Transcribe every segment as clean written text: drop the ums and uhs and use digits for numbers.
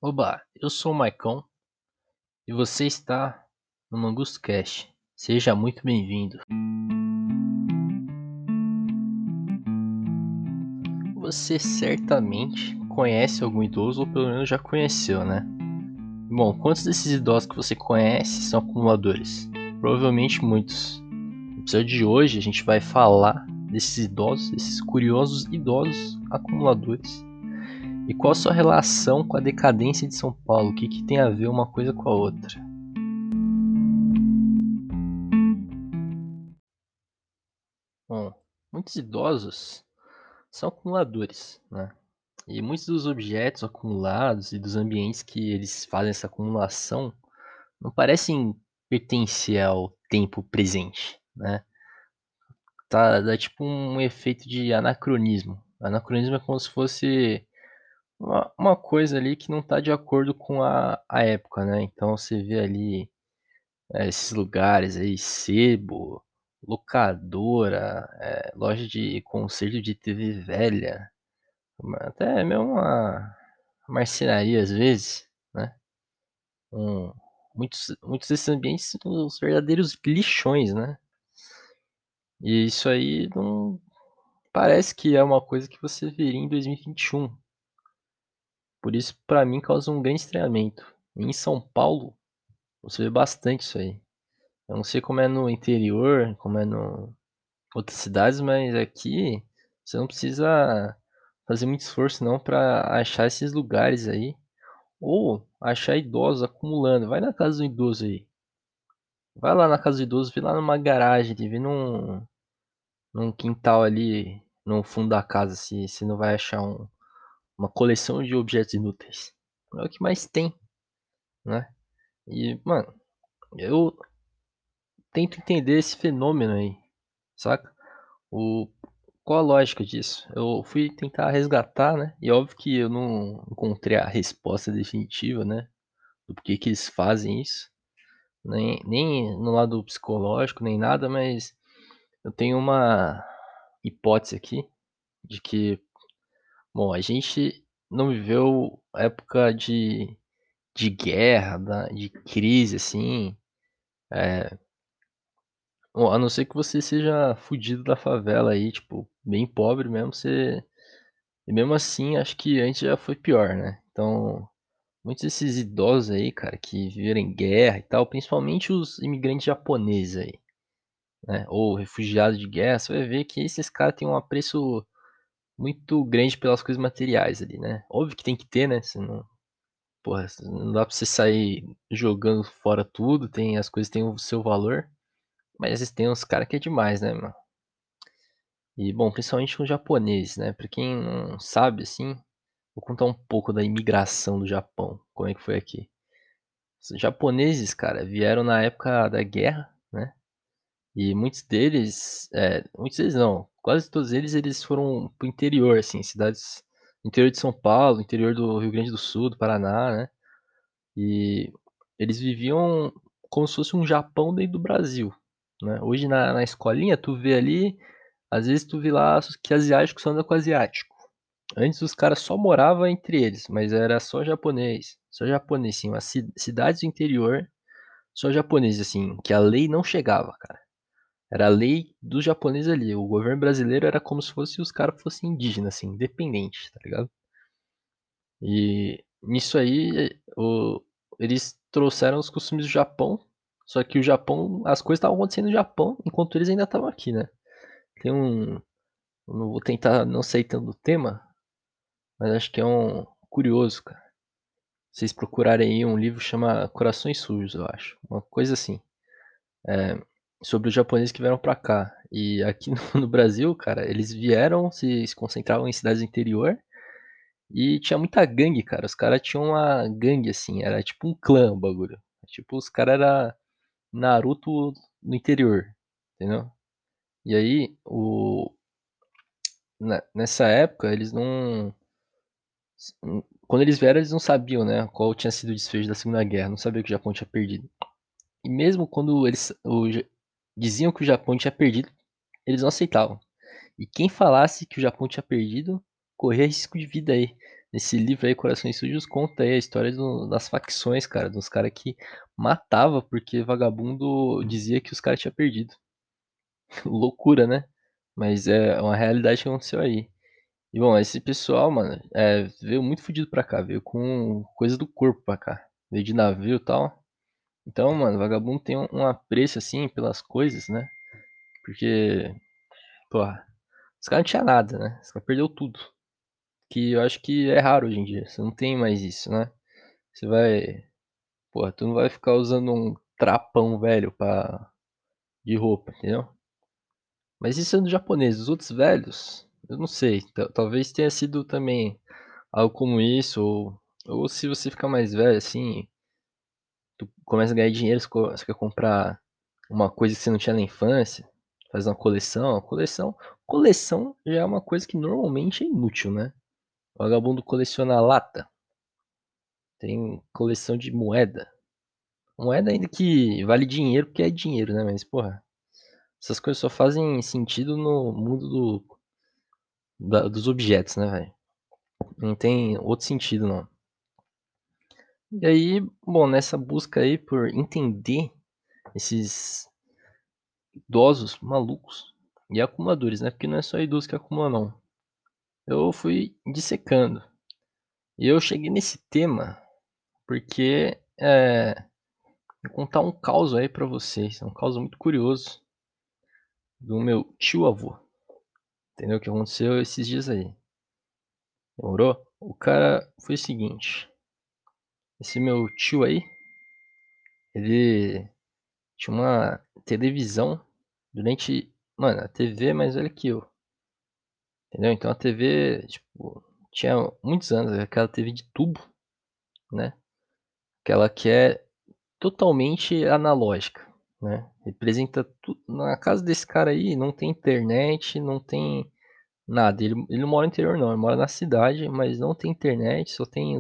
Oba, eu sou o Maicon e você está no Mangusto Cast. Seja muito bem-vindo. Você certamente conhece algum idoso ou pelo menos já conheceu, né? Bom, quantos desses idosos que você conhece são acumuladores? Provavelmente muitos. No episódio de hoje a gente vai falar desses idosos, esses curiosos idosos acumuladores. E qual a sua relação com a decadência de São Paulo? O que tem a ver uma coisa com a outra? Bom, muitos idosos são acumuladores, né? E muitos dos objetos acumulados e dos ambientes que eles fazem essa acumulação não parecem pertencer ao tempo presente, né? Dá tipo um efeito de anacronismo. Anacronismo é como se fosse uma coisa ali que não está de acordo com a época, né? Então você vê ali esses lugares aí, sebo, locadora, loja de concerto de TV velha, até mesmo uma marcenaria às vezes, né? Um, muitos desses ambientes são os verdadeiros lixões, né? E isso aí não parece que é uma coisa que você veria em 2021. Por isso, para mim, causa um grande estranhamento. Em São Paulo, você vê bastante isso aí. Eu não sei como é no interior, como é no outras cidades, mas aqui você não precisa fazer muito esforço não para achar esses lugares aí. Ou achar idosos acumulando. Vai na casa do idoso aí. Vai lá na casa do idoso, vê lá numa garagem, vê num quintal ali, no fundo da casa, se não vai achar uma coleção de objetos inúteis. É o que mais tem, né? E, mano, eu tento entender esse fenômeno aí, saca? O, qual a lógica disso? Eu fui tentar resgatar, né? E óbvio que eu não encontrei a resposta definitiva, né? Do porquê que eles fazem isso. Nem no lado psicológico, nem nada, mas eu tenho uma hipótese aqui de que, bom, a gente não viveu época de guerra, de crise, assim, bom, a não ser que você seja fudido da favela aí, tipo, bem pobre mesmo, você. E mesmo assim, acho que antes já foi pior, né? Então, muitos desses idosos aí, cara, que viveram em guerra e tal, principalmente os imigrantes japoneses aí, né? Ou refugiados de guerra, você vai ver que esses caras têm um apreço muito grande pelas coisas materiais ali, né? Óbvio que tem que ter, né? Senão, porra, não dá pra você sair jogando fora tudo, tem, as coisas têm o seu valor, mas às vezes tem uns caras que é demais, né, mano? E, bom, principalmente com os japoneses, né? Pra quem não sabe, assim, vou contar um pouco da imigração do Japão, como é que foi aqui. Os japoneses, cara, vieram na época da guerra, né? E muitos deles não, quase todos eles foram pro interior, assim, cidades interior de São Paulo, interior do Rio Grande do Sul, do Paraná, né? E eles viviam como se fosse um Japão dentro do Brasil, né? Hoje na escolinha tu vê ali, às vezes tu vê lá que asiático só anda com asiático. Antes os caras só moravam entre eles, mas era só japonês, sim, as cidades do interior, só japonês, assim, que a lei não chegava, cara. Era a lei dos japoneses ali. O governo brasileiro era como se fosse os caras fossem indígenas, assim, independentes, tá ligado? E nisso aí, eles trouxeram os costumes do Japão, só que o Japão, as coisas estavam acontecendo no Japão enquanto eles ainda estavam aqui, né? Tem um, eu não vou tentar não sair tanto do tema, mas acho que é um curioso, cara. Vocês procurarem aí um livro que chama Corações Sujos, eu acho. Uma coisa assim. É, sobre os japoneses que vieram pra cá. E aqui no Brasil, cara, eles vieram, se concentravam em cidades do interior e tinha muita gangue, cara. Os caras tinham uma gangue, assim, era tipo um clã o bagulho. Tipo, os caras era Naruto no interior, entendeu? E aí, nessa época, eles não. Quando eles vieram, eles não sabiam, né, qual tinha sido o desfecho da Segunda Guerra, não sabiam que o Japão tinha perdido. E mesmo quando diziam que o Japão tinha perdido, eles não aceitavam. E quem falasse que o Japão tinha perdido, corria risco de vida aí. Nesse livro aí, Corações Sujos, conta aí a história das facções, cara, dos caras que matava porque vagabundo dizia que os caras tinham perdido. Loucura, né? Mas é uma realidade que aconteceu aí. E bom, esse pessoal, mano, veio muito fudido pra cá, veio com coisa do corpo pra cá. Veio de navio e tal. Então, mano, vagabundo tem um apreço, assim, pelas coisas, né? Porque, porra, os caras não tinham nada, né? Os caras perdeu tudo. Que eu acho que é raro hoje em dia. Você não tem mais isso, né? Você vai. Porra, tu não vai ficar usando um trapão velho de roupa, entendeu? Mas isso é do japonês. Os outros velhos, eu não sei. Talvez tenha sido também algo como isso. Ou se você ficar mais velho, assim, tu começa a ganhar dinheiro, você quer comprar uma coisa que você não tinha na infância. Fazer uma coleção. Coleção já é uma coisa que normalmente é inútil, né? O vagabundo coleciona lata. Tem coleção de moeda. Moeda ainda que vale dinheiro porque é dinheiro, né? Mas, porra, essas coisas só fazem sentido no mundo dos objetos, né, velho? Não tem outro sentido, não. E aí, bom, nessa busca aí por entender esses idosos malucos e acumuladores, né? Porque não é só idoso que acumula, não. Eu fui dissecando. E eu cheguei nesse tema porque vou contar um caos aí pra vocês. É um caos muito curioso do meu tio-avô. Entendeu? O que aconteceu esses dias aí. Demorou? O cara foi o seguinte. Esse meu tio aí, ele tinha uma televisão durante. Mano, a TV é mais velha que eu. Entendeu? Então a TV, tipo, tinha muitos anos, aquela TV de tubo, né? Aquela que é totalmente analógica, né? Representa tudo. Na casa desse cara aí não tem internet, não tem nada. Ele não mora no interior, não. Ele mora na cidade, mas não tem internet, só tem o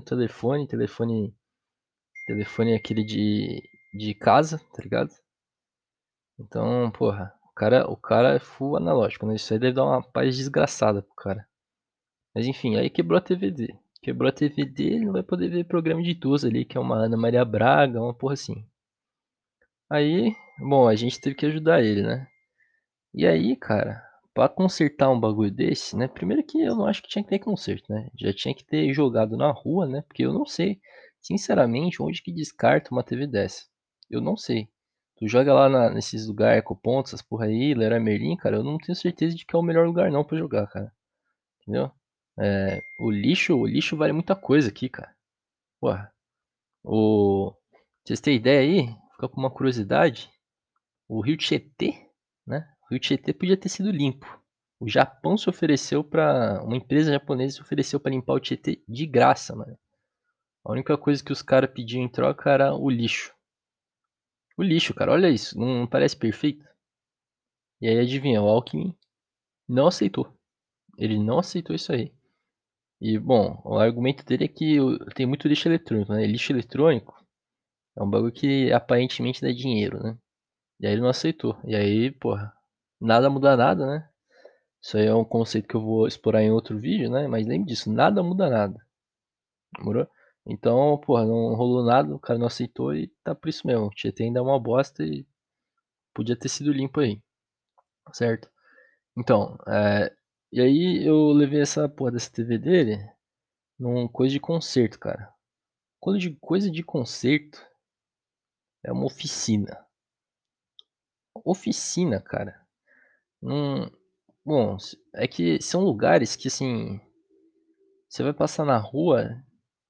telefone aquele de casa, tá ligado? Então, porra, o cara é full analógico, né? Isso aí deve dar uma paz desgraçada pro cara. Mas enfim, aí quebrou a TV dele. Quebrou a TV dele, não vai poder ver programa de idoso ali, que é uma Ana Maria Braga, uma porra assim. Aí, bom, a gente teve que ajudar ele, né? E aí, cara, pra consertar um bagulho desse, né? Primeiro que eu não acho que tinha que ter conserto, né? Já tinha que ter jogado na rua, né? Porque eu não sei, sinceramente, onde que descarta uma TV dessa. Eu não sei. Tu joga lá nesses lugares, Ecopontos, essas porra aí, Leroy Merlin, cara, eu não tenho certeza de que é o melhor lugar não pra jogar, cara. Entendeu? O lixo vale muita coisa aqui, cara. Porra, pra vocês terem ideia aí, fica com uma curiosidade, o rio Tietê, né? O rio Tietê podia ter sido limpo. O Japão se ofereceu pra. Uma empresa japonesa se ofereceu pra limpar o Tietê de graça, mano. A única coisa que os caras pediam em troca era o lixo. O lixo, cara, olha isso, não parece perfeito? E aí adivinha, o Alckmin não aceitou. Ele não aceitou isso aí. E bom, o argumento dele é que tem muito lixo eletrônico, né? E lixo eletrônico é um bagulho que aparentemente dá dinheiro, né? E aí ele não aceitou. E aí, porra, nada muda nada, né? Isso aí é um conceito que eu vou explorar em outro vídeo, né? Mas lembre disso, nada muda nada. Demorou? Então, porra, não rolou nada, o cara não aceitou e tá por isso mesmo. O Tietê ainda é uma bosta e podia ter sido limpo aí, certo? Então, e aí eu levei essa porra dessa TV dele num coisa de concerto, cara. Coisa de concerto é uma oficina. Oficina, cara. Num, bom, é que são lugares que assim, você vai passar na rua,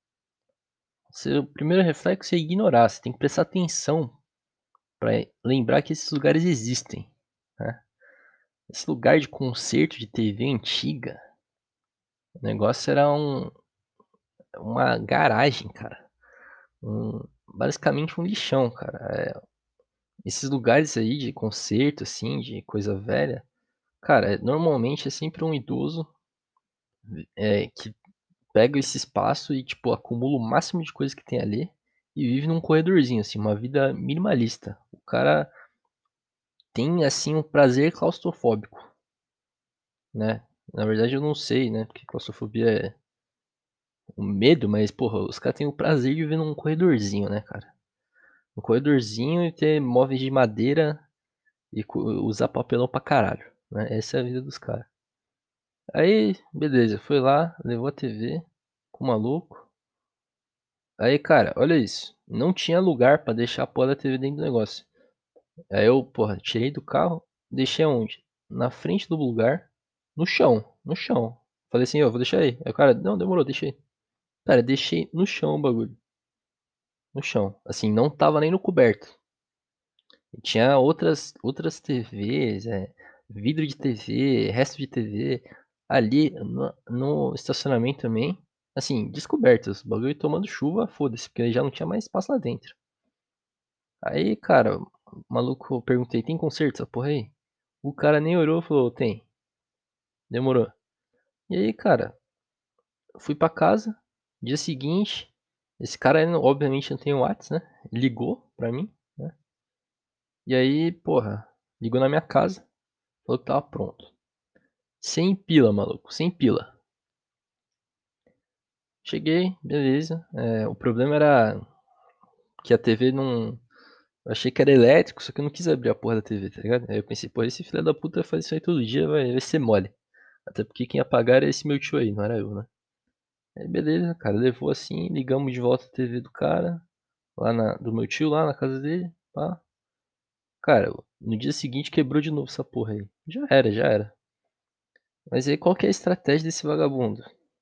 o primeiro reflexo é ignorar, você tem que prestar atenção para lembrar que esses lugares existem, né? Esse lugar de concerto de TV antiga, o negócio era uma garagem, cara. Basicamente um lixão, cara. Esses lugares aí de concerto, assim, de coisa velha, cara, normalmente é sempre um idoso que pega esse espaço e, tipo, acumula o máximo de coisa que tem ali e vive num corredorzinho, assim, uma vida minimalista. O cara tem, assim, um prazer claustrofóbico, né? Na verdade, eu não sei, né? Porque claustrofobia o medo, mas, porra, os caras têm o prazer de viver num corredorzinho, né, cara? Um corredorzinho e ter móveis de madeira e usar papelão pra caralho, né? Essa é a vida dos caras. Aí, beleza, foi lá, levou a TV com o maluco. Aí, cara, olha isso. Não tinha lugar pra deixar a porra da TV dentro do negócio. Aí eu, porra, tirei do carro, deixei aonde? Na frente do lugar, no chão, no chão. Falei assim, ó, vou deixar aí. Aí o cara, não, demorou, deixei. Cara, deixei no chão o bagulho. No chão. Assim, não tava nem no coberto. E tinha outras TVs, vidro de TV, resto de TV. Ali no estacionamento também. Assim, descobertas. O bagulho tomando chuva, foda-se, porque já não tinha mais espaço lá dentro. Aí, cara, o maluco, eu perguntei, tem conserto essa porra aí? O cara nem olhou e falou, tem. Demorou. E aí, cara, fui pra casa. Dia seguinte, esse cara, obviamente, não tem o Whats, né? Ligou pra mim, né? E aí, porra, ligou na minha casa. Falou que tava pronto. Sem pila, maluco, sem pila. Cheguei, beleza. O problema era que a TV não. Eu achei que era elétrico, só que eu não quis abrir a porra da TV, tá ligado? Aí eu pensei, pô, esse filho da puta faz isso aí todo dia, vai ser mole. Até porque quem ia pagar era esse meu tio aí, não era eu, né? Aí beleza, cara, levou assim, ligamos de volta a TV do cara, do meu tio lá na casa dele, pá. Cara, no dia seguinte quebrou de novo essa porra aí. Já era, já era. Mas aí qual que é a estratégia desse vagabundo?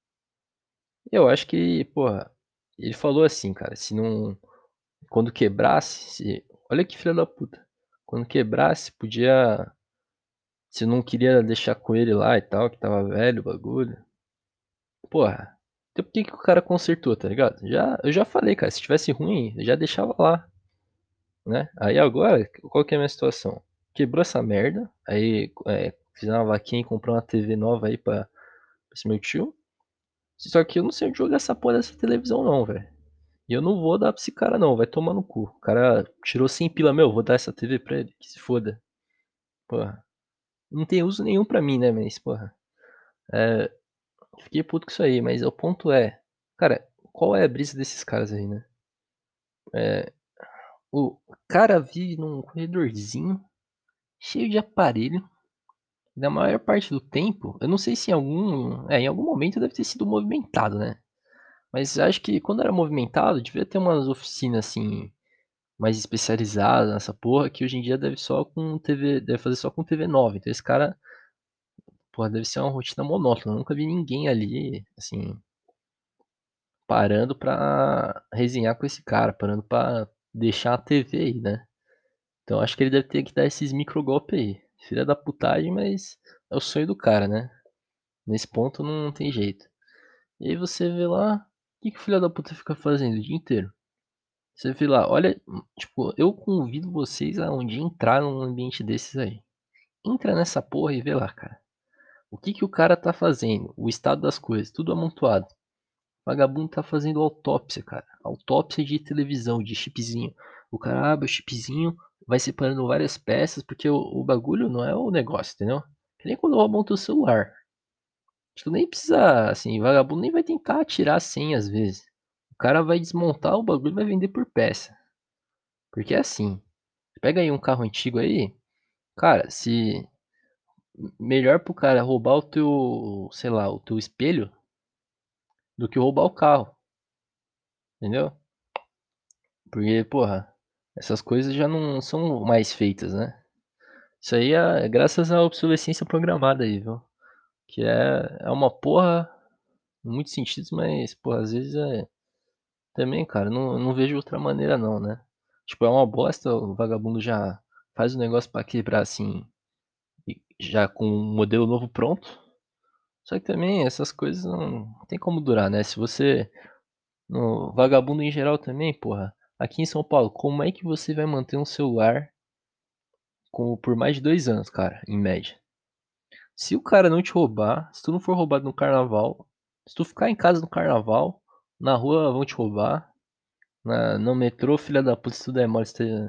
Eu acho que, porra, ele falou assim, cara, se não. Quando quebrasse, olha que filha da puta. Quando quebrasse, podia. Se não queria deixar com ele lá e tal, que tava velho o bagulho. Porra. Então por que que o cara consertou, tá ligado? Eu já falei, cara, se tivesse ruim, eu já deixava lá, né? Aí agora, qual que é a minha situação? Quebrou essa merda, aí fiz uma vaquinha e comprei uma TV nova aí pra esse meu tio. Só que eu não sei onde jogar essa porra dessa televisão não, velho. E eu não vou dar pra esse cara não, vai tomar no cu. O cara tirou 100 pila, meu, vou dar essa TV pra ele, que se foda. Porra. Não tem uso nenhum pra mim, né, mas, porra. É, fiquei puto com isso aí, mas o ponto é, cara, qual é a brisa desses caras aí, né? É, o cara vive num corredorzinho, cheio de aparelho, e na maior parte do tempo, eu não sei se em algum momento deve ter sido movimentado, né? Mas acho que quando era movimentado, devia ter umas oficinas assim, mais especializadas nessa porra, que hoje em dia deve fazer só com TV nova. Então esse cara, porra, deve ser uma rotina monótona. Eu nunca vi ninguém ali, assim, parando pra resenhar com esse cara, parando pra deixar a TV aí, né? Então acho que ele deve ter que dar esses micro golpes aí. Filha da putagem, mas é o sonho do cara, né? Nesse ponto não tem jeito. E aí você vê lá, o que que o filho da puta fica fazendo o dia inteiro? Você vê lá, olha, tipo, eu convido vocês a um dia entrar num ambiente desses aí. Entra nessa porra e vê lá, cara. O que que o cara tá fazendo? O estado das coisas, tudo amontoado. O vagabundo tá fazendo autópsia, cara. Autópsia de televisão, de chipzinho. O cara abre o chipzinho, vai separando várias peças, porque o bagulho não é o negócio, entendeu? Que nem quando roubam teu celular. Tu nem precisa, assim, vagabundo nem vai tentar atirar a senha às vezes. O cara vai desmontar o bagulho e vai vender por peça. Porque é assim. Pega aí um carro antigo aí, cara, se melhor pro cara roubar o teu, sei lá, o teu espelho do que roubar o carro, entendeu? Porque, porra, essas coisas já não são mais feitas, né? Isso aí é graças à obsolescência programada aí, viu? Que é uma porra em muitos sentidos, mas, porra, às vezes também, cara, não vejo outra maneira não, né? Tipo, é uma bosta, o vagabundo já faz o negócio pra quebrar assim, já com um modelo novo pronto. Só que também essas coisas não tem como durar, né? Se você. No vagabundo em geral também, porra. Aqui em São Paulo, como é que você vai manter um celular por mais de 2 anos, cara, em média? Se o cara não te roubar, se tu não for roubado no carnaval, se tu ficar em casa no carnaval, na rua vão te roubar, no metrô, filha da puta, se tu der mole, você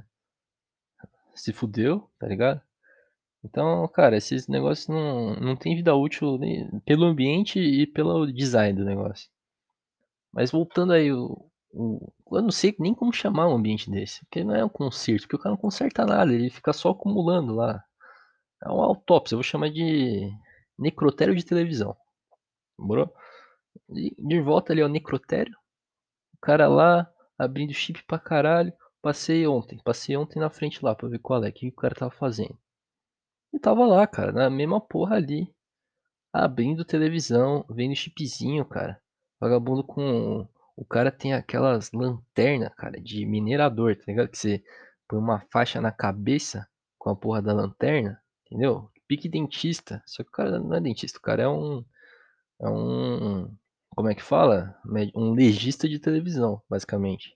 se fudeu, tá ligado? Então, cara, esses negócios não tem vida útil nem pelo ambiente e pelo design do negócio. Mas voltando aí, eu não sei nem como chamar um ambiente desse, porque não é um concerto, porque o cara não conserta nada, ele fica só acumulando lá. É uma autópsia, eu vou chamar de necrotério de televisão, demorou? E de volta ali ao necrotério, o cara lá, abrindo chip pra caralho. Passei ontem na frente lá pra ver qual é, o que o cara tava fazendo. E tava lá, cara, na mesma porra ali, abrindo televisão, vendo chipzinho, cara. Vagabundo com. O cara tem aquelas lanternas, cara, de minerador, tá ligado? Que você põe uma faixa na cabeça com a porra da lanterna, entendeu? Pique dentista. Só que o cara não é dentista, o cara é um. É um. Como é que fala? Um legista de televisão, basicamente.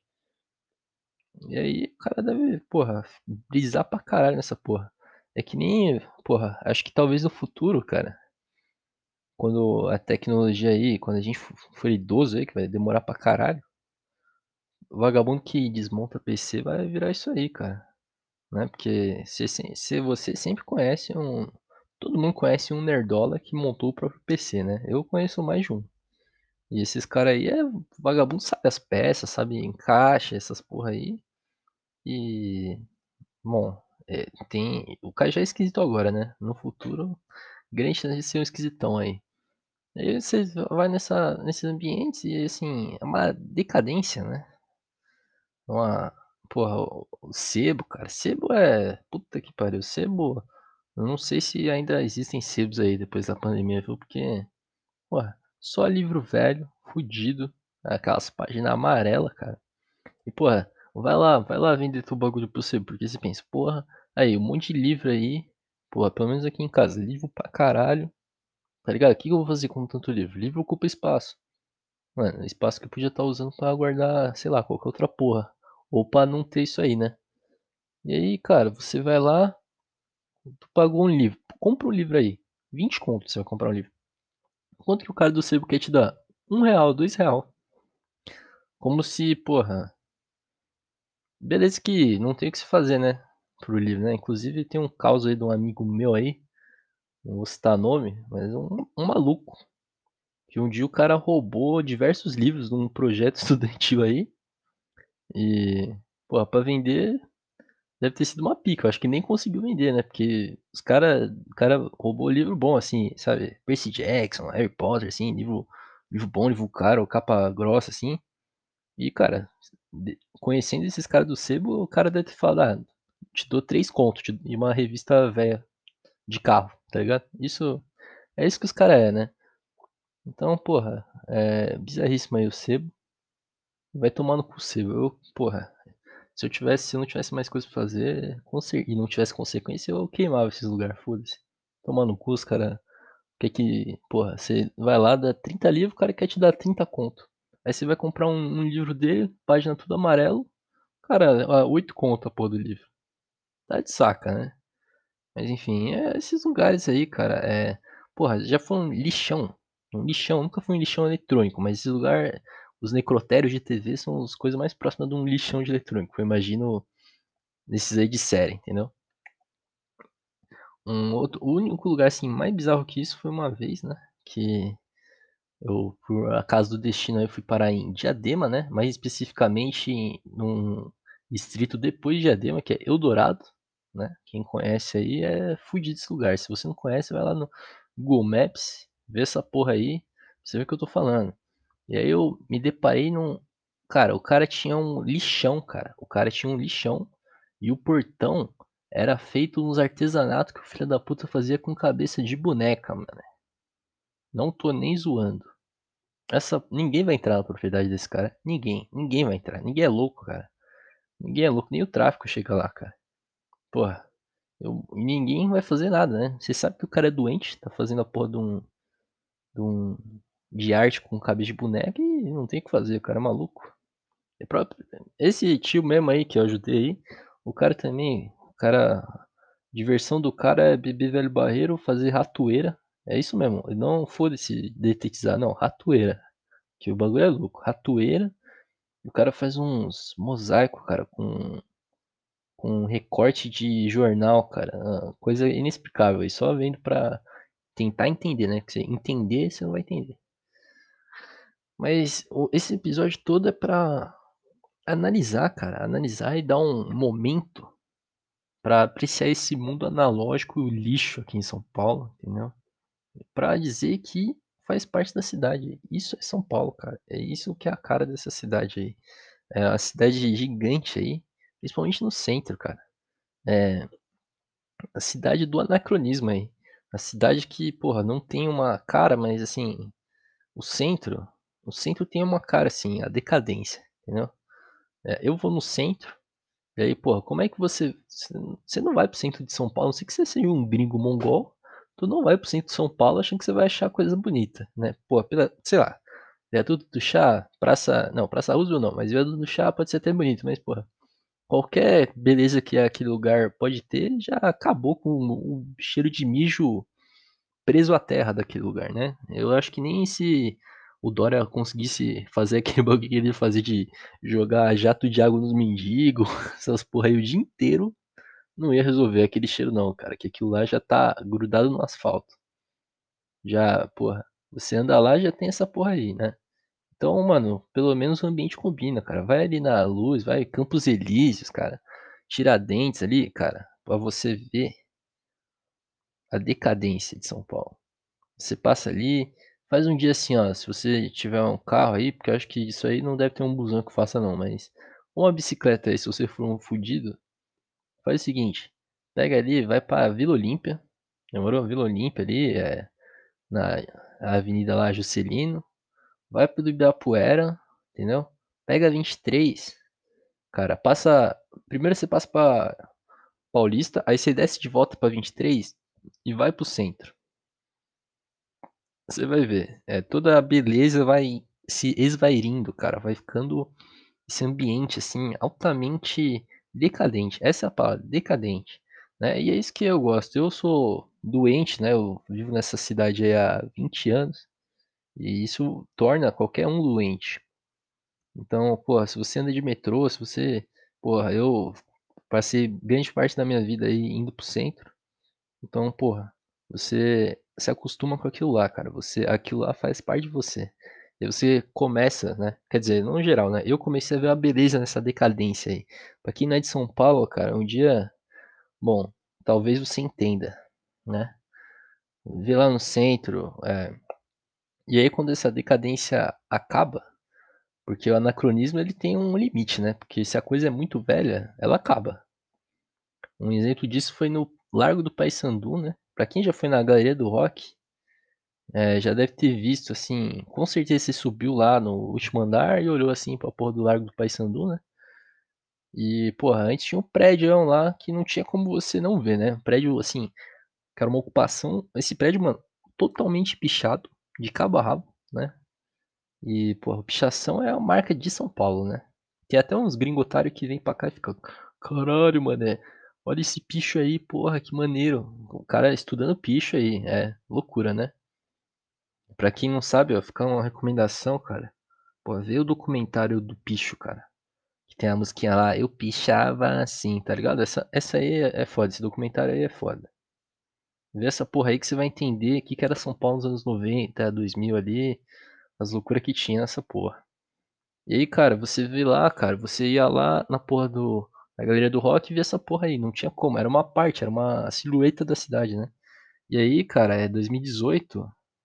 E aí o cara deve, porra, brisar pra caralho nessa porra. É que nem, porra, acho que talvez no futuro, cara, quando a tecnologia aí, quando a gente for idoso aí, que vai demorar pra caralho, o vagabundo que desmonta PC vai virar isso aí, cara. Né? Porque se você sempre conhece um. Todo mundo conhece um nerdola que montou o próprio PC, né? Eu conheço mais de um. E esses caras aí é vagabundo, sabe as peças, sabe encaixa, essas porra aí. E bom, tem. O cara já é esquisito agora, né? No futuro, grande chance de ser um esquisitão aí. Aí você vai nesses ambientes e assim, é uma decadência, né? Uma. Porra, o sebo, cara. Sebo é. Puta que pariu. Sebo. Eu não sei se ainda existem sebos aí depois da pandemia, viu? Porque, porra, só livro velho, fudido, aquelas páginas amarelas, cara. E, porra, vai lá vender teu bagulho pro sebo, porque você pensa, porra, aí, um monte de livro aí, porra, pelo menos aqui em casa, livro pra caralho, tá ligado? O que eu vou fazer com tanto livro? Livro ocupa espaço. Mano, espaço que eu podia estar usando pra guardar, sei lá, qualquer outra porra. Ou pra não ter isso aí, né? E aí, cara, você vai lá, tu pagou um livro. Compra um livro aí. 20 conto você vai comprar um livro. Quanto que o cara do sebo quer te dar? R$ 1, R$ 2. Como se, porra. Beleza que não tem o que se fazer, né? Pro livro, né? Inclusive tem um caso aí de um amigo meu aí. Não vou citar nome, mas um maluco. Que um dia o cara roubou diversos livros de um projeto estudantil aí. E, porra, pra vender deve ter sido uma pica. Eu acho que nem conseguiu vender, né? Porque o cara roubou livro bom, assim, sabe? Percy Jackson, Harry Potter, assim, livro bom, livro caro, capa grossa, assim. E, cara, conhecendo esses caras do sebo, o cara deve ter falado, te dou 3 contos e uma revista velha de carro, tá ligado? É isso que os caras é, né? Então, porra, é bizarríssimo aí o sebo. Vai tomar no cu o sebo. Porra, se eu não tivesse mais coisa pra fazer, e não tivesse consequência, eu queimava esses lugares, foda-se. Tomar no cu, os cara porra, você vai lá, dá 30 livros, o cara quer te dar 30 conto. Aí você vai comprar um livro dele, página tudo amarelo, cara, 8 conto a porra do livro. Tá de saca, né? Mas enfim, esses lugares aí, cara, porra, já foi um lixão. Um lixão, nunca foi um lixão eletrônico, mas esse lugar, os necrotérios de TV são as coisas mais próximas de um lixão de eletrônico. Eu imagino nesses aí de série, entendeu? O único lugar assim mais bizarro que isso foi uma vez, né? Que eu, por acaso do destino, eu fui parar em Diadema, né? Mais especificamente num distrito depois de Diadema, que é Eldorado, né? Quem conhece aí é fudido desse lugar. Se você não conhece, vai lá no Google Maps, vê essa porra aí, você vê o que eu tô falando. E aí eu me deparei num. Cara, o cara tinha um lixão, cara. O cara tinha um lixão e o portão era feito nos artesanatos que o filho da puta fazia com cabeça de boneca, mano. Não tô nem zoando. Ninguém vai entrar na propriedade desse cara. Ninguém vai entrar. Ninguém é louco, cara. Ninguém é louco, nem o tráfico chega lá, cara. Porra, ninguém vai fazer nada, né? Você sabe que o cara é doente, tá fazendo a porra de um de arte com cabeça de boneca e não tem o que fazer, o cara é maluco. Esse tio mesmo aí que eu ajudei aí, o cara também, diversão do cara é beber velho barreiro, fazer ratoeira. É isso mesmo, e não foda-se detetizar, não, ratoeira. Que o bagulho é louco, ratoeira. O cara faz uns mosaico, cara, com recorte de jornal, cara. Coisa inexplicável. E só vendo pra tentar entender, né? Que você entender, você não vai entender. Mas esse episódio todo é pra analisar, cara, analisar e dar um momento pra apreciar esse mundo analógico e o lixo aqui em São Paulo, entendeu? Pra dizer que faz parte da cidade. Isso é São Paulo, cara. É isso que é a cara dessa cidade aí. É uma cidade gigante aí, principalmente no centro, cara. É a cidade do anacronismo aí. A cidade que, porra, não tem uma cara, mas assim, o centro, o centro tem uma cara assim, a decadência, entendeu? Eu vou no centro, e aí, porra, como é que você não vai pro centro de São Paulo, a não sei que você seja um gringo mongol, tu não vai pro centro de São Paulo achando que você vai achar coisa bonita, né? Pô, sei lá, viaduto do chá, praça Roosevelt não, mas viaduto do chá pode ser até bonito, mas, porra, qualquer beleza que aquele lugar pode ter já acabou com o cheiro de mijo preso à terra daquele lugar, né? Eu acho que nem se o Dória conseguisse fazer aquele bagulho que ele fazia de jogar jato de água nos mendigos, essas porra aí o dia inteiro, não ia resolver aquele cheiro não, cara, que aquilo lá já tá grudado no asfalto. Já, porra, você anda lá já tem essa porra aí, né? Então, mano, pelo menos o ambiente combina, cara. Vai ali na Luz, vai Campos Elíseos, cara. Tiradentes ali, cara, pra você ver a decadência de São Paulo. Você passa ali, faz um dia assim, ó, se você tiver um carro aí, porque eu acho que isso aí não deve ter um busão que faça não, mas uma bicicleta aí, se você for um fudido, faz o seguinte, pega ali, vai pra Vila Olímpia, demorou? Vila Olímpia ali, na avenida lá Juscelino, vai pro Ibirapuera, entendeu? Pega 23, cara, primeiro você passa pra Paulista, aí você desce de volta pra 23 e vai pro centro. Você vai ver. Toda a beleza vai se esvairindo, cara. Vai ficando esse ambiente, assim, altamente decadente. Essa é a palavra, decadente. Né? E é isso que eu gosto. Eu sou doente, né? Eu vivo nessa cidade aí há 20 anos. E isso torna qualquer um doente. Então, pô, se você anda de metrô, se você. Porra, eu passei grande parte da minha vida aí indo pro centro. Então, porra, você se acostuma com aquilo lá, cara. Aquilo lá faz parte de você. E você começa, né? Quer dizer, não em geral, né? Eu comecei a ver a beleza nessa decadência aí. Pra quem não é de São Paulo, cara, um dia, bom, talvez você entenda, né? Vê lá no centro, e aí quando essa decadência acaba, porque o anacronismo ele tem um limite, né? Porque se a coisa é muito velha, ela acaba. Um exemplo disso foi no Largo do Paissandu, né? Pra quem já foi na Galeria do Rock, já deve ter visto, assim, com certeza você subiu lá no último andar e olhou assim pra porra do Largo do Paissandu, né? E, porra, antes tinha um prédio lá que não tinha como você não ver, né? Um prédio, assim, que era uma ocupação. Esse prédio, mano, totalmente pichado, de cabo a rabo, né? E, porra, pichação é a marca de São Paulo, né? Tem até uns gringotários que vêm pra cá e ficam, caralho, mané, olha esse picho aí, porra, que maneiro. O cara estudando picho aí, é loucura, né? Pra quem não sabe, ó, fica uma recomendação, cara. Pô, vê o documentário do Picho, cara. Que tem a musiquinha lá, eu pichava assim, tá ligado? Essa aí é foda, esse documentário aí é foda. Vê essa porra aí que você vai entender o que era São Paulo nos anos 90, 2000 ali, as loucuras que tinha nessa porra. E aí, cara, você vê lá, cara, você ia lá na porra na Galeria do Rock e via essa porra aí, não tinha como, era uma parte, era uma silhueta da cidade, né? E aí, cara, 2018,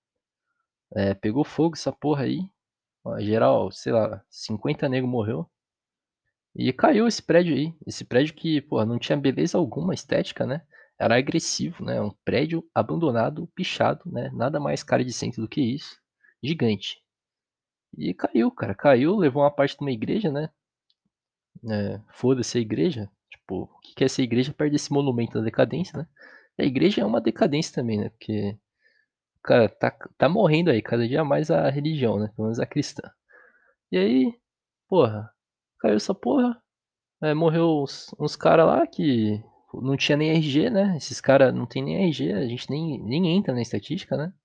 pegou fogo essa porra aí, ó, geral, sei lá, 50 nego morreu. E caiu esse prédio aí. Esse prédio que, pô, não tinha beleza alguma estética, né? Era agressivo, né? Um prédio abandonado, pichado, né? Nada mais cara de centro do que isso. Gigante. E caiu, cara. Caiu, levou uma parte de uma igreja, né? Foda-se a igreja. Tipo, o que é essa igreja perto desse monumento da decadência, né? E a igreja é uma decadência também, né? Porque, cara, tá morrendo aí cada dia mais a religião, né? Pelo menos a cristã. E aí, porra, caiu essa porra. Morreu uns caras lá que não tinha nem RG, né? Esses caras não tem nem RG, a gente nem entra na estatística, né?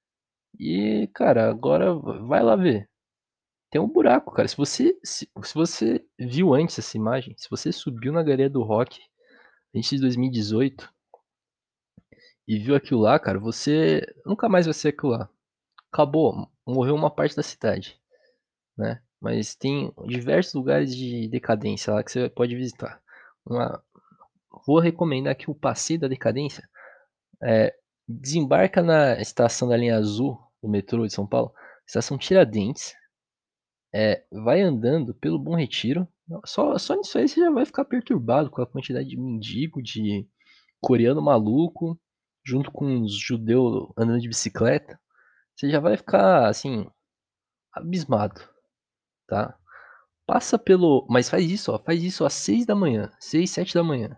E, cara, agora vai lá ver. Tem um buraco, cara. Se você viu antes essa imagem, se você subiu na galeria do rock antes de 2018 e viu aquilo lá, cara, você nunca mais vai ser aquilo lá. Acabou, morreu uma parte da cidade. né, mas tem diversos lugares de decadência lá que você pode visitar. Uma Vou recomendar aqui o Passeio da Decadência. Desembarca na estação da linha azul do metrô de São Paulo, estação Tiradentes, vai andando pelo Bom Retiro. Só nisso aí você já vai ficar perturbado com a quantidade de mendigo, de coreano maluco, junto com uns judeus andando de bicicleta. Você já vai ficar, assim, abismado, tá? Passa pelo. Mas faz isso, ó. Faz isso às 6 da manhã. 6, 7 da manhã.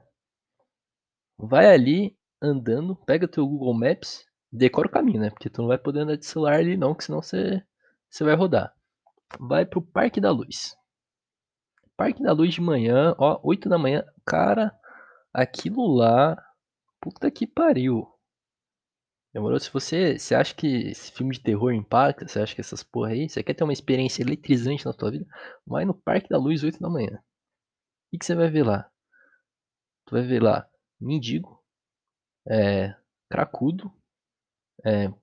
Vai ali andando, pega teu Google Maps, decora o caminho, né? Porque tu não vai poder andar de celular ali não, que senão você vai rodar. Vai pro Parque da Luz. Parque da Luz de manhã, ó, 8 da manhã. Cara, aquilo lá, puta que pariu. Demorou? Se você acha que esse filme de terror impacta, você acha que essas porra aí, você quer ter uma experiência eletrizante na tua vida, vai no Parque da Luz 8 da manhã. O que você vai ver lá? Tu vai ver lá mendigo, cracudo, é,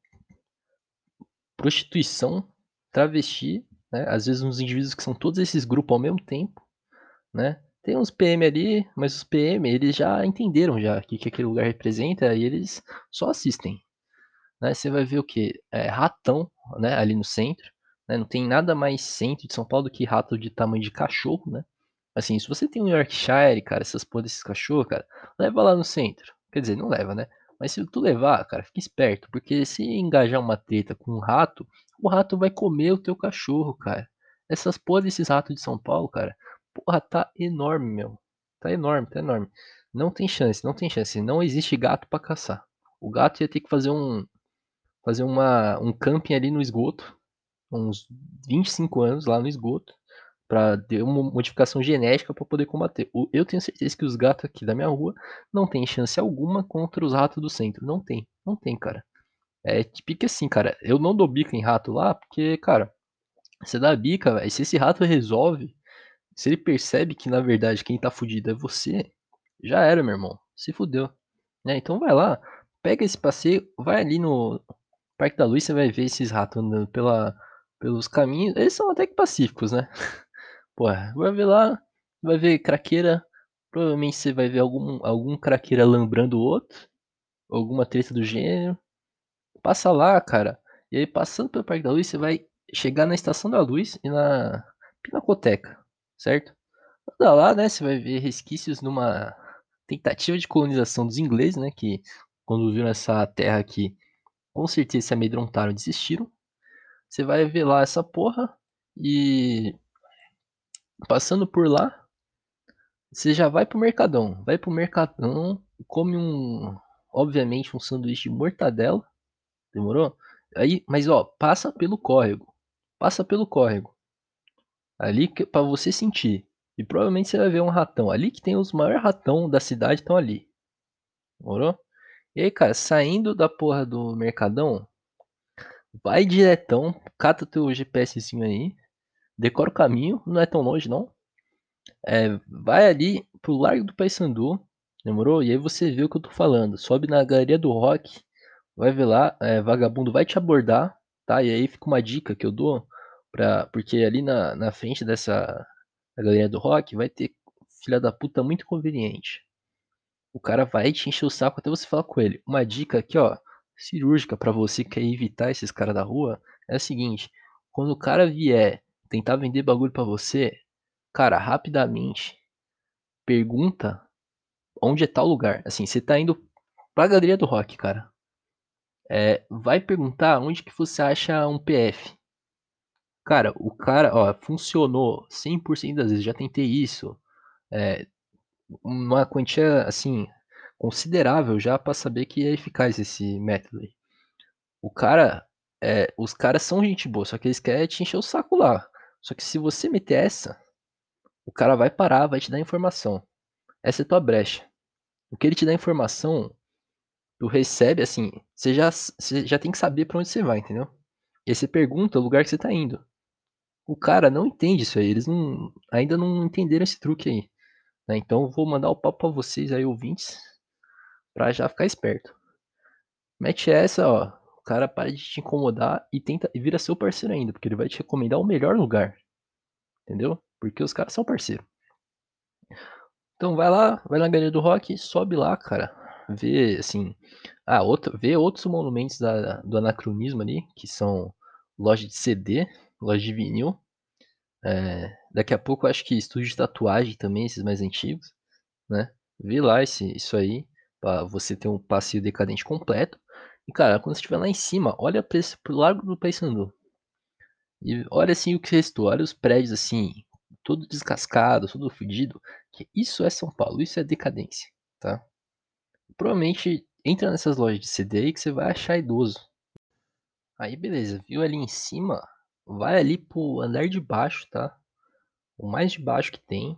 prostituição, travesti, né? Às vezes uns indivíduos que são todos esses grupos ao mesmo tempo, né? Tem uns PM ali, mas os PM eles já entenderam já o que aquele lugar representa e eles só assistem, né? Você vai ver o que? Ratão, né? Ali no centro, né? Não tem nada mais centro de São Paulo do que rato de tamanho de cachorro, né? Assim, se você tem um Yorkshire, cara, essas porra desses cachorros, cara, leva lá no centro. Quer dizer, não leva, né? Mas se tu levar, cara, fica esperto, porque se engajar uma treta com um rato, o rato vai comer o teu cachorro, cara. Essas porra desses ratos de São Paulo, cara, porra, tá enorme, meu. Tá enorme, tá enorme. Não tem chance, não tem chance. Não existe gato pra caçar. O gato ia ter que fazer um camping ali no esgoto, uns 25 anos lá no esgoto, para ter uma modificação genética para poder combater. Eu tenho certeza que os gatos aqui da minha rua não tem chance alguma contra os ratos do centro. Não tem, não tem, cara. É tipo assim, cara. Eu não dou bica em rato lá, porque, cara, você dá bica, velho. Se esse rato resolve, se ele percebe que na verdade quem tá fudido é você, já era, meu irmão. Se fudeu. Né? Então vai lá, pega esse passeio, vai ali no Parque da Luz, você vai ver esses ratos andando pelos caminhos. Eles são até que pacíficos, né? Pô, vai ver lá, vai ver craqueira. Provavelmente você vai ver algum craqueira lambrando o outro, alguma treta do gênero. Passa lá, cara. E aí, passando pelo Parque da Luz, você vai chegar na Estação da Luz e na Pinacoteca, certo? Anda lá, né? Você vai ver resquícios numa tentativa de colonização dos ingleses, né? Que quando viram essa terra aqui, com certeza se amedrontaram e desistiram. Você vai ver lá essa porra e passando por lá, você já vai pro Mercadão. Vai pro Mercadão, come obviamente, um sanduíche de mortadela, demorou? Aí, mas ó, passa pelo córrego. Passa pelo córrego. Ali para você sentir. E provavelmente você vai ver um ratão. Ali que tem os maiores ratão da cidade estão ali. Demorou? E aí, cara, saindo da porra do Mercadão, vai diretão, cata teu GPSzinho aí, decora o caminho, não é tão longe não. Vai ali pro Largo do Paissandu, demorou? E aí você vê o que eu tô falando. Sobe na Galeria do Rock, vai ver lá, vagabundo vai te abordar, tá? E aí fica uma dica que eu dou, porque ali na frente da Galeria do Rock vai ter filha da puta muito conveniente. O cara vai te encher o saco até você falar com ele. Uma dica aqui, ó, cirúrgica pra você que quer evitar esses caras da rua, é a seguinte: quando o cara vier tentar vender bagulho pra você, cara, rapidamente pergunta onde é tal lugar. Assim, você tá indo pra Galeria do Rock, cara. Vai perguntar onde que você acha um PF. Cara, o cara, ó, funcionou 100% das vezes. Já tentei isso. É, uma quantia, assim, considerável já pra saber que é eficaz esse método aí. O cara, os caras são gente boa, só que eles querem te encher o saco lá. Só que se você meter essa, o cara vai parar, vai te dar informação. Essa é tua brecha. O que ele te dá informação, tu recebe, assim, você já tem que saber pra onde você vai, entendeu? E aí você pergunta o lugar que você tá indo. O cara não entende isso aí, eles ainda não entenderam esse truque aí, né? Então eu vou mandar o papo pra vocês aí, ouvintes, pra já ficar esperto. Mete essa, ó, o cara para de te incomodar e tenta e vira seu parceiro ainda, porque ele vai te recomendar o melhor lugar. entendeu? Porque os caras são parceiro. Então vai lá, vai na Galeria do Rock, sobe lá, cara, vê assim, vê outros monumentos do anacronismo ali, que são loja de CD, loja de vinil. Daqui a pouco eu acho que estúdio de tatuagem também, esses mais antigos, né? Vê lá isso aí, pra você ter um passeio decadente completo. E cara, quando você estiver lá em cima, olha pro Largo do Paissandu. E olha assim o que restou, olha os prédios assim, todo descascado, todo fodido. Que isso é São Paulo, isso é decadência, tá? Provavelmente entra nessas lojas de CD aí que você vai achar idoso. Aí beleza, viu ali em cima? Vai ali pro andar de baixo, tá? O mais de baixo que tem.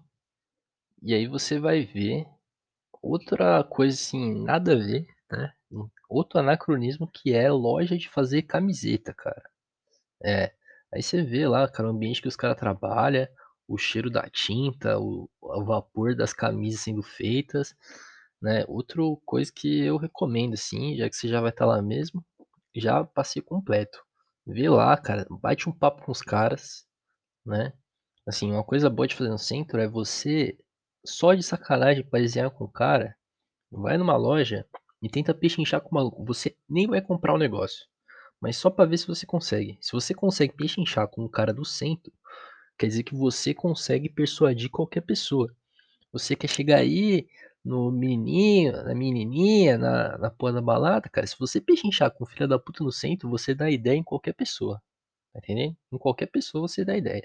E aí você vai ver outra coisa assim, nada a ver, né? Outro anacronismo que é loja de fazer camiseta, cara. É. Aí você vê lá, cara, o ambiente que os caras trabalham, o cheiro da tinta, o vapor das camisas sendo feitas, né? Outra coisa que eu recomendo, assim, já que você já vai estar lá mesmo, já passeio completo. Vê lá, cara, bate um papo com os caras, né? Assim, uma coisa boa de fazer no centro é você, só de sacanagem, parecer com o cara, vai numa loja e tenta pechinchar com o maluco. Você nem vai comprar o negócio, mas só pra ver se você consegue. Se você consegue pechinchar com o cara do centro, quer dizer que você consegue persuadir qualquer pessoa. Você quer chegar aí no menininho, na menininha, na porra da balada, cara. Se você pechinchar com o filho da puta no centro, você dá ideia em qualquer pessoa. Tá entendendo? Em qualquer pessoa você dá ideia.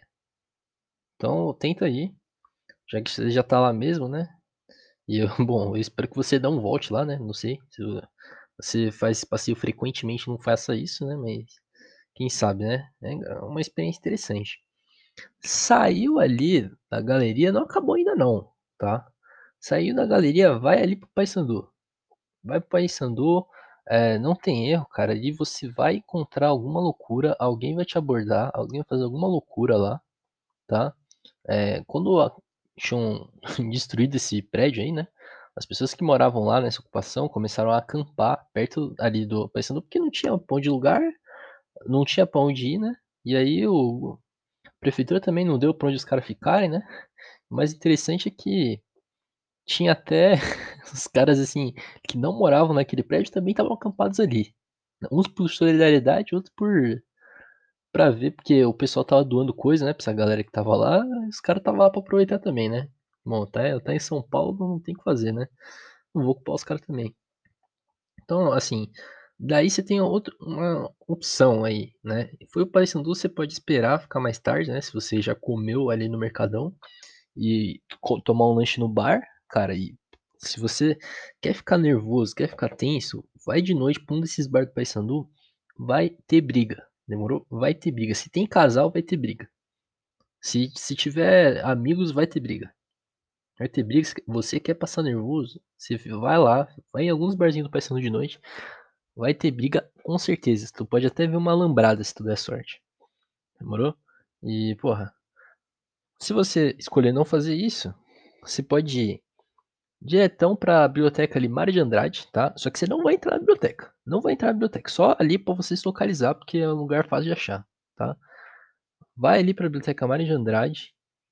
Então tenta aí, já que você já tá lá mesmo, né? E eu, bom, eu espero que você não volte lá, né? Não sei se você faz esse passeio frequentemente, não faça isso, né? Mas quem sabe, né? É uma experiência interessante. Saiu ali da galeria, não acabou ainda não, tá? Saiu da galeria, vai ali pro Paissandu. Vai pro Paissandu, não tem erro, cara. Ali você vai encontrar alguma loucura, alguém vai te abordar, alguém vai fazer alguma loucura lá, tá? Quando tinham destruído esse prédio aí, né? As pessoas que moravam lá nessa ocupação começaram a acampar perto ali do Paissandu, porque não tinha pão de lugar, não tinha pra onde ir, né? E aí a prefeitura também não deu pra onde os caras ficarem, né? O mais interessante é que tinha até os caras assim que não moravam naquele prédio também estavam acampados ali. Uns por solidariedade, outros por pra ver, porque o pessoal tava doando coisa, né, pra essa galera que tava lá, os caras tava lá pra aproveitar também, né? Bom, tá em São Paulo, não tem o que fazer, né? Não vou culpar os caras também. Então, assim, daí você tem uma opção aí, né? Foi o Paissandu, você pode esperar ficar mais tarde, né? Se você já comeu ali no Mercadão e tomar um lanche no bar, cara, e se você quer ficar nervoso, quer ficar tenso, vai de noite pra um desses bar do Paissandu, vai ter briga, demorou? Vai ter briga. Se tem casal, vai ter briga. Se tiver amigos, vai ter briga. Vai ter briga. Se você quer passar nervoso, você vai lá, vai em alguns barzinhos do Paissandu de noite, vai ter briga com certeza. Tu pode até ver uma alambrada se tu der sorte. Demorou? E, porra, se você escolher não fazer isso, você pode ir diretão pra biblioteca ali, Mário de Andrade, tá? Só que você não vai entrar na biblioteca. Não vai entrar na biblioteca. Só ali pra você se localizar, porque é um lugar fácil de achar, tá? Vai ali pra biblioteca Mário de Andrade.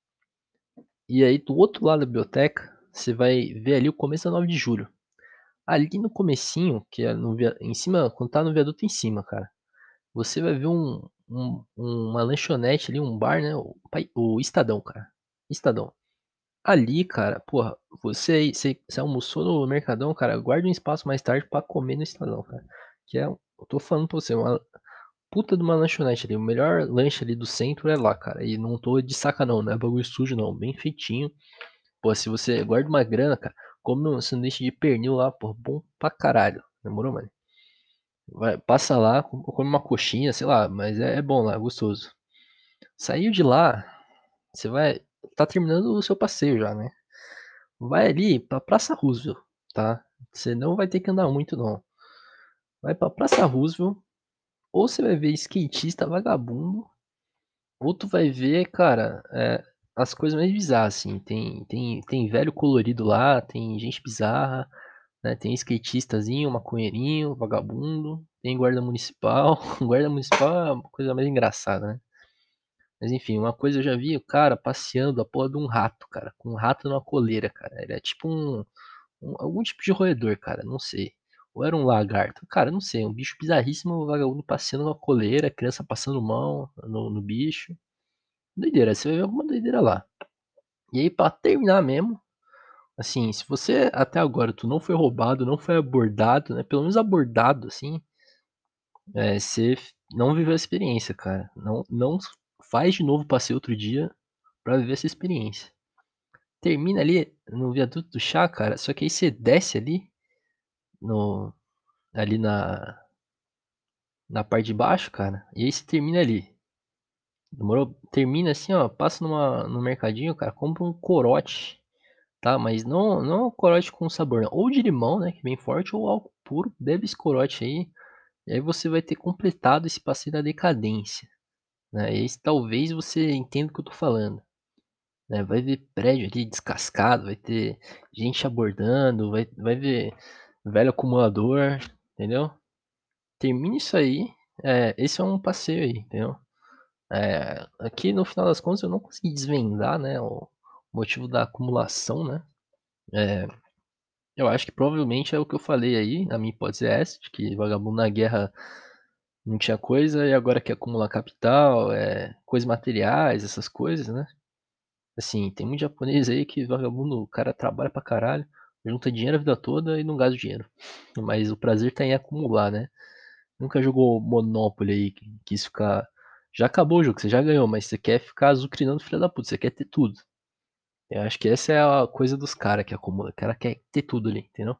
E aí, do outro lado da biblioteca, você vai ver ali o começo da 9 de julho. Ali no comecinho, que é em cima, quando tá no viaduto em cima, cara, você vai ver uma lanchonete ali, um bar, né? O Estadão, cara. Estadão. Ali, cara, porra, você almoçou no Mercadão, cara, guarda um espaço mais tarde pra comer no Estadão, cara. Eu tô falando pra você, uma puta de uma lanchonete ali. O melhor lanche ali do centro é lá, cara. E não tô de saca não, não é bagulho sujo não, bem feitinho. Pô, se você guarda uma grana, cara, come um sanduíche de pernil lá, pô, bom pra caralho. Demorou, mano? Passa lá, come uma coxinha, sei lá, mas é bom lá, é gostoso. Saiu de lá, você vai. Tá terminando o seu passeio já, né? Vai ali pra Praça Roosevelt, tá? Você não vai ter que andar muito, não. Vai pra Praça Roosevelt, ou você vai ver skatista vagabundo, ou tu vai ver, cara, as coisas mais bizarras, assim. Tem velho colorido lá, tem gente bizarra, né? Tem skatistazinho, maconheirinho, vagabundo, tem guarda municipal. Guarda municipal é a coisa mais engraçada, né? Mas enfim, uma coisa eu já vi o cara passeando a porra de um rato, cara. Com um rato numa coleira, cara. Ele é tipo algum tipo de roedor, cara. Não sei. Ou era um lagarto. Cara, não sei. Um bicho bizarríssimo, um vagabundo passeando numa coleira, criança passando mão no bicho. Doideira, você vai ver alguma doideira lá. E aí, pra terminar mesmo, assim, se você até agora tu não foi roubado, não foi abordado, né? Pelo menos abordado, assim, você não viveu a experiência, cara. Não faz de novo o passeio outro dia pra viver essa experiência. Termina ali no viaduto do chá, cara. Só que aí você desce ali no ali na parte de baixo, cara. E aí você termina ali. Demorou? Termina assim, ó. Passa no mercadinho, cara. Compra um corote, tá? Mas não corote com sabor, não. Ou de limão, né? Que é bem forte, ou álcool puro. Bebe esse corote aí. E aí você vai ter completado esse passeio da decadência, né? E aí talvez você entenda o que eu tô falando, né? Vai ver prédio ali descascado, vai ter gente abordando, vai ver velho acumulador, entendeu? Termina isso aí, esse é um passeio aí, entendeu? Aqui no final das contas eu não consegui desvendar, né, o motivo da acumulação, né? É, eu acho que provavelmente é o que eu falei aí, a minha hipótese é essa, de que vagabundo na guerra não tinha coisa e agora quer acumular capital, coisas materiais, essas coisas, né? Assim, tem muito japonês aí que vagabundo, o cara trabalha pra caralho, junta dinheiro a vida toda e não gasta o dinheiro. Mas o prazer tá em acumular, né? Nunca jogou Monopoly aí, que quis ficar. Já acabou o jogo, você já ganhou, mas você quer ficar azucrinando filho da puta, você quer ter tudo. Eu acho que essa é a coisa dos caras que acumula. O cara quer ter tudo ali, entendeu?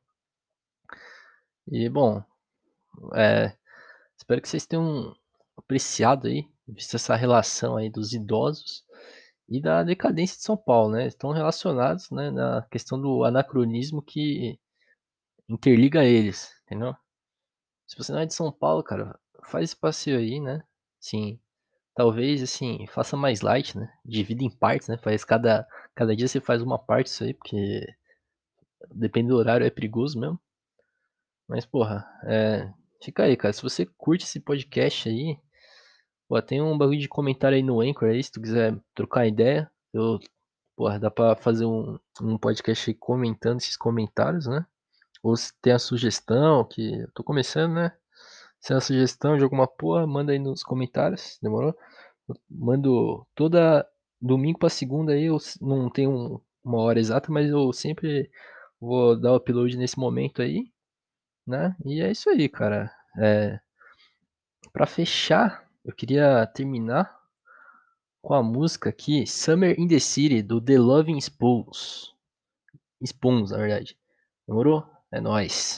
E bom, é, espero que vocês tenham apreciado aí, visto essa relação aí dos idosos e da decadência de São Paulo, né? Estão relacionados, né, na questão do anacronismo que interliga eles, entendeu? Se você não é de São Paulo, cara, faz esse passeio aí, né? Sim, talvez assim, faça mais light, né? Divida em partes, né? Faz cada dia você faz uma parte isso aí, porque depende do horário, é perigoso mesmo. Mas porra, fica aí, cara. Se você curte esse podcast aí, pô, tem um bagulho de comentário aí no Anchor aí, se tu quiser trocar ideia. Porra, dá pra fazer um podcast aí comentando esses comentários, né? Ou se tem a sugestão, que eu tô começando, né? Se tem a sugestão de alguma porra, manda aí nos comentários, demorou? Eu mando toda domingo pra segunda aí, eu não tenho uma hora exata, mas eu sempre vou dar o upload nesse momento aí, né? E é isso aí, cara. Pra fechar, eu queria terminar com a música aqui, Summer in the City, do The Loving Spoons. Spoons, na verdade. Demorou? É nóis.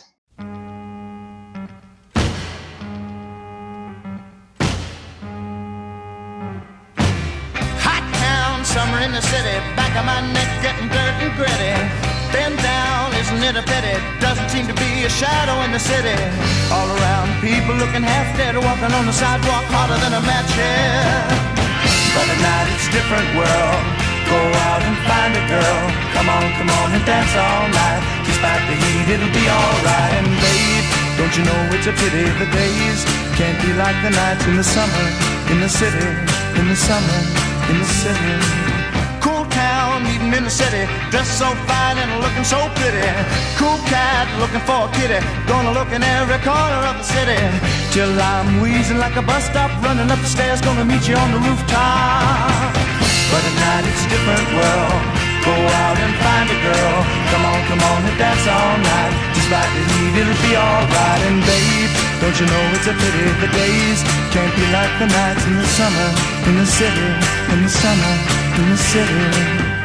Hot town, summer in the city, back of my neck getting dirt and gritty. Bend down, isn't it a pity? Doesn't seem to be a shadow in the city. All around, people looking half dead, walking on the sidewalk harder than a match here. But at night it's a different world. Go out and find a girl. Come on and dance all night. Despite the heat, it'll be alright. And babe, don't you know it's a pity the days can't be like the nights in the summer, in the city, in the summer, in the city. Cool town, meeting in the city, dressed so fine and looking so pretty. Cool cat, looking for a kitty, gonna look in every corner of the city. Till I'm wheezing like a bus stop, running up the stairs, gonna meet you on the rooftop. But at night it's a different world. Go out and find a girl. Come on and dance all night. Despite the heat, it'll be alright. And babe, don't you know it's a pity the days can't be like the nights in the summer, in the city, in the summer, in the city.